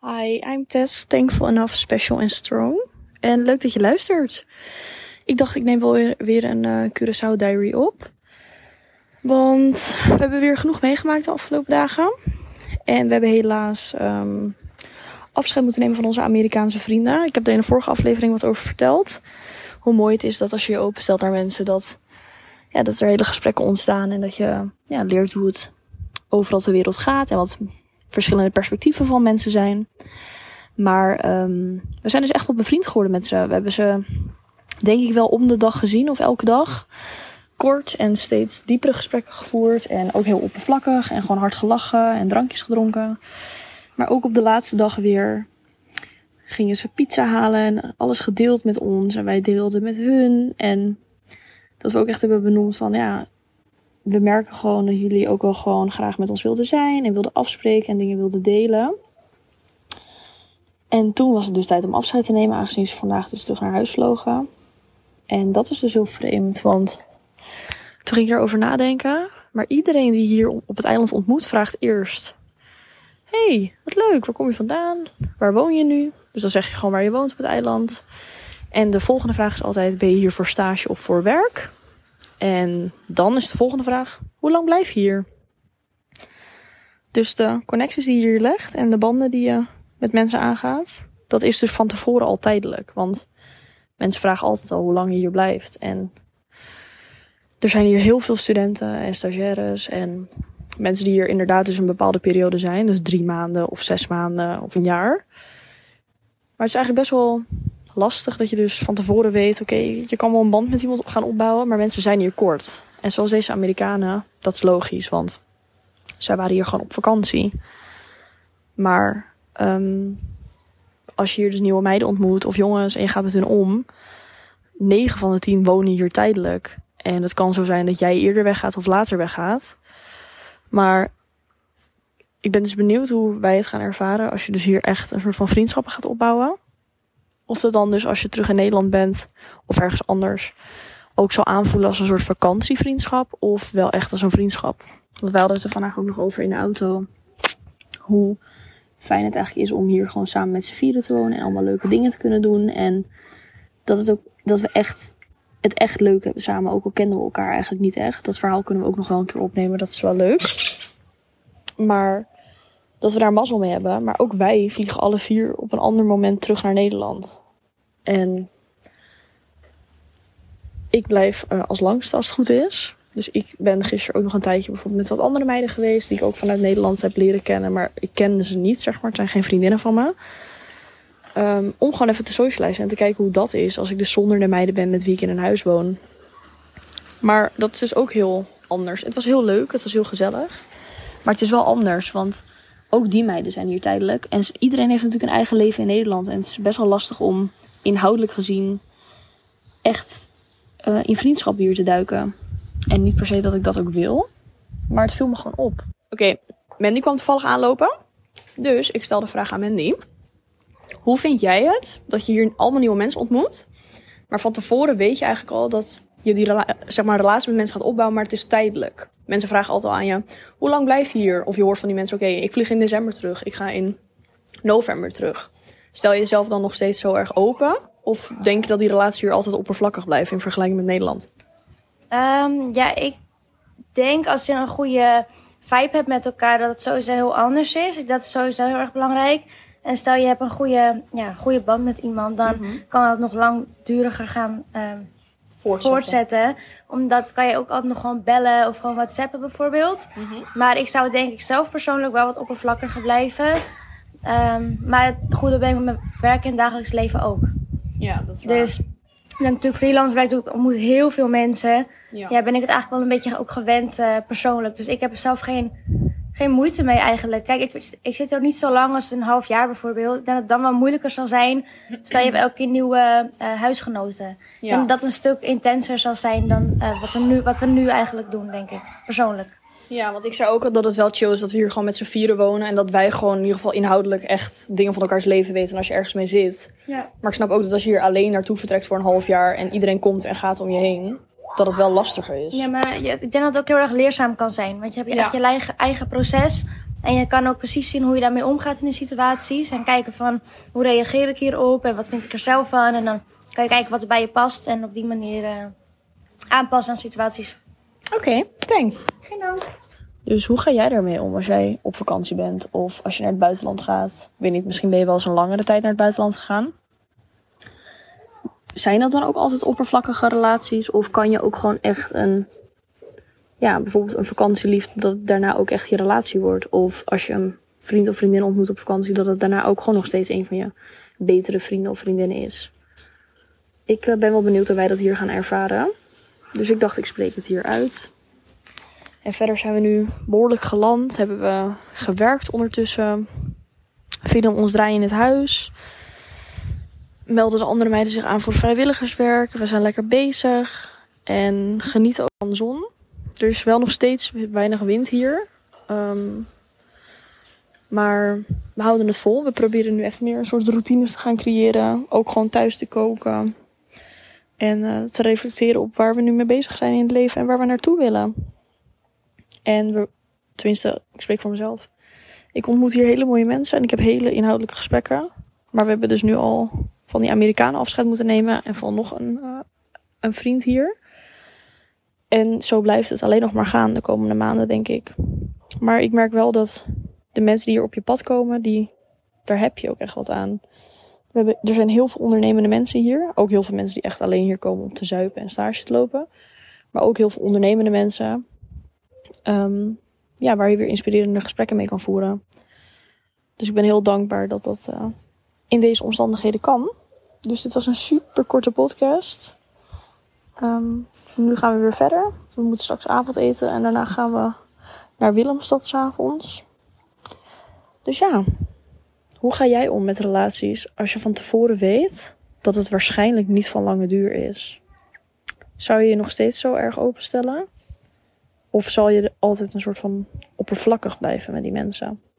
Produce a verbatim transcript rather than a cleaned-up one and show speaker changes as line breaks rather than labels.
Hi, I'm Tess, thankful enough, special and strong. En leuk dat je luistert. Ik dacht, ik neem wel weer, weer een uh, Curaçao diary op. Want we hebben weer genoeg meegemaakt de afgelopen dagen. En we hebben helaas um, afscheid moeten nemen van onze Amerikaanse vrienden. Ik heb er in de vorige aflevering wat over verteld. Hoe mooi het is dat als je je openstelt naar mensen, dat, ja, dat er hele gesprekken ontstaan. En dat je ja, leert hoe het overal ter wereld gaat en wat verschillende perspectieven van mensen zijn. Maar um, we zijn dus echt wel bevriend geworden met ze. We hebben ze denk ik wel om de dag gezien of elke dag. Kort en steeds diepere gesprekken gevoerd. En ook heel oppervlakkig en gewoon hard gelachen en drankjes gedronken. Maar ook op de laatste dag weer gingen ze pizza halen en alles gedeeld met ons. En wij deelden met hun. En dat we ook echt hebben benoemd van ja, we merken gewoon dat jullie ook wel gewoon graag met ons wilden zijn. En wilden afspreken en dingen wilden delen. En toen was het dus tijd om afscheid te nemen. Aangezien ze vandaag dus terug naar huis vlogen. En dat was dus heel vreemd. Want toen ging ik erover nadenken. Maar iedereen die hier op het eiland ontmoet vraagt eerst: hey, wat leuk, waar kom je vandaan? Waar woon je nu? Dus dan zeg je gewoon waar je woont op het eiland. En de volgende vraag is altijd: ben je hier voor stage of voor werk? En dan is de volgende vraag: hoe lang blijf je hier? Dus de connecties die je hier legt en de banden die je met mensen aangaat, dat is dus van tevoren al tijdelijk. Want mensen vragen altijd al hoe lang je hier blijft. En er zijn hier heel veel studenten en stagiaires en mensen die hier inderdaad dus een bepaalde periode zijn. Dus drie maanden of zes maanden of een jaar. Maar het is eigenlijk best wel lastig dat je dus van tevoren weet, oké, okay, je kan wel een band met iemand gaan opbouwen, maar mensen zijn hier kort. En zoals deze Amerikanen, dat is logisch, want zij waren hier gewoon op vakantie. Maar um, als je hier dus nieuwe meiden ontmoet of jongens en je gaat met hun om, negen van de tien wonen hier tijdelijk. En het kan zo zijn dat jij eerder weggaat of later weggaat. Maar ik ben dus benieuwd hoe wij het gaan ervaren als je dus hier echt een soort van vriendschappen gaat opbouwen. Of dat dan dus als je terug in Nederland bent of ergens anders ook zal aanvoelen als een soort vakantievriendschap of wel echt als een vriendschap. Want wij hadden het er vandaag ook nog over in de auto. Hoe fijn het eigenlijk is om hier gewoon samen met z'n vieren te wonen en allemaal leuke dingen te kunnen doen. En dat, het ook, dat we echt het echt leuk hebben samen. Ook al kenden we elkaar eigenlijk niet echt. Dat verhaal kunnen we ook nog wel een keer opnemen. Dat is wel leuk. Maar dat we daar mazzel mee hebben. Maar ook wij vliegen alle vier op een ander moment terug naar Nederland. En ik blijf uh, als langste als het goed is. Dus ik ben gisteren ook nog een tijdje bijvoorbeeld met wat andere meiden geweest. Die ik ook vanuit Nederland heb leren kennen. Maar ik kende ze niet, zeg maar. Het zijn geen vriendinnen van me. Um, om gewoon even te socializen en te kijken hoe dat is als ik dus zonder de meiden ben met wie ik in een huis woon. Maar dat is dus ook heel anders. Het was heel leuk, het was heel gezellig. Maar het is wel anders, want ook die meiden zijn hier tijdelijk. En iedereen heeft natuurlijk een eigen leven in Nederland. En het is best wel lastig om inhoudelijk gezien echt uh, in vriendschap hier te duiken. En niet per se dat ik dat ook wil. Maar het viel me gewoon op. Oké, okay, Mandy kwam toevallig aanlopen. Dus ik stel de vraag aan Mandy: hoe vind jij het dat je hier allemaal nieuwe mensen ontmoet, maar van tevoren weet je eigenlijk al dat je die rela- zeg maar, relatie met mensen gaat opbouwen, maar het is tijdelijk? Mensen vragen altijd al aan je: hoe lang blijf je hier? Of je hoort van die mensen: oké, okay, ik vlieg in december terug, ik ga in november terug. Stel je jezelf dan nog steeds zo erg open? Of denk je dat die relatie hier altijd oppervlakkig blijft in vergelijking met Nederland?
Um, ja, ik denk als je een goede vibe hebt met elkaar, dat het sowieso heel anders is. Dat is sowieso heel erg belangrijk. En stel je hebt een goede, ja, goede band met iemand, dan mm-hmm. kan het nog langduriger gaan um, voortzetten. voortzetten. Omdat kan je ook altijd nog gewoon bellen of gewoon WhatsAppen bijvoorbeeld. Mm-hmm. Maar ik zou denk ik zelf persoonlijk wel wat oppervlakkiger blijven. Um, maar het goede ben ik met mijn werk en dagelijks leven ook.
Ja, dat is waar.
Dus ik denk natuurlijk freelance werk doe ik ontmoet heel veel mensen. Ja. ja, ben ik het eigenlijk wel een beetje ook gewend uh, persoonlijk. Dus ik heb er zelf geen, geen moeite mee eigenlijk. Kijk, ik, ik zit er niet zo lang als een half jaar bijvoorbeeld. Ik denk dat het dan wel moeilijker zal zijn. Stel je hebt elke keer nieuwe uh, huisgenoten. Ja. En dat een stuk intenser zal zijn dan uh, wat, we nu, wat we nu eigenlijk doen, denk ik. Persoonlijk.
Ja, want ik zei ook al dat het wel chill is dat we hier gewoon met z'n vieren wonen. En dat wij gewoon in ieder geval inhoudelijk echt dingen van elkaars leven weten. En als je ergens mee zit. Ja. Maar ik snap ook dat als je hier alleen naartoe vertrekt voor een half jaar en iedereen komt en gaat om je heen, dat het wel lastiger is.
Ja, maar ik denk dat het ook heel erg leerzaam kan zijn. Want je hebt je ja. echt je eigen, eigen proces. En je kan ook precies zien hoe je daarmee omgaat in de situaties. En kijken van, hoe reageer ik hierop en wat vind ik er zelf van. En dan kan je kijken wat er bij je past en op die manier uh, aanpassen aan situaties.
Oké, okay, thanks.
Geen dank.
Dus hoe ga jij daarmee om als jij op vakantie bent of als je naar het buitenland gaat? Ik weet niet, misschien ben je wel eens een langere tijd naar het buitenland gegaan. Zijn dat dan ook altijd oppervlakkige relaties? Of kan je ook gewoon echt een, ja, bijvoorbeeld een vakantieliefde, dat het daarna ook echt je relatie wordt? Of als je een vriend of vriendin ontmoet op vakantie, dat het daarna ook gewoon nog steeds een van je betere vrienden of vriendinnen is? Ik ben wel benieuwd hoe wij dat hier gaan ervaren. Dus ik dacht, ik spreek het hier uit. En verder zijn we nu behoorlijk geland. Hebben we gewerkt ondertussen. Vinden ons draaien in het huis. Melden de andere meiden zich aan voor vrijwilligerswerk. We zijn lekker bezig. En genieten ook van de zon. Er is wel nog steeds weinig wind hier. Um, maar we houden het vol. We proberen nu echt meer een soort routines te gaan creëren. Ook gewoon thuis te koken. En uh, te reflecteren op waar we nu mee bezig zijn in het leven. En waar we naartoe willen. En we, tenminste, ik spreek voor mezelf. Ik ontmoet hier hele mooie mensen en ik heb hele inhoudelijke gesprekken. Maar we hebben dus nu al van die Amerikanen afscheid moeten nemen en van nog een, uh, een vriend hier. En zo blijft het alleen nog maar gaan de komende maanden, denk ik. Maar ik merk wel dat de mensen die hier op je pad komen, die, daar heb je ook echt wat aan. We hebben, er zijn heel veel ondernemende mensen hier. Ook heel veel mensen die echt alleen hier komen om te zuipen en stage te lopen. Maar ook heel veel ondernemende mensen. Um, ja, waar je weer inspirerende gesprekken mee kan voeren. Dus ik ben heel dankbaar dat dat uh, in deze omstandigheden kan. Dus dit was een super korte podcast. Um, nu gaan we weer verder. We moeten straks avondeten en daarna gaan we naar Willemstad 's avonds. Dus ja, hoe ga jij om met relaties als je van tevoren weet dat het waarschijnlijk niet van lange duur is? Zou je je nog steeds zo erg openstellen? Of zal je altijd een soort van oppervlakkig blijven met die mensen?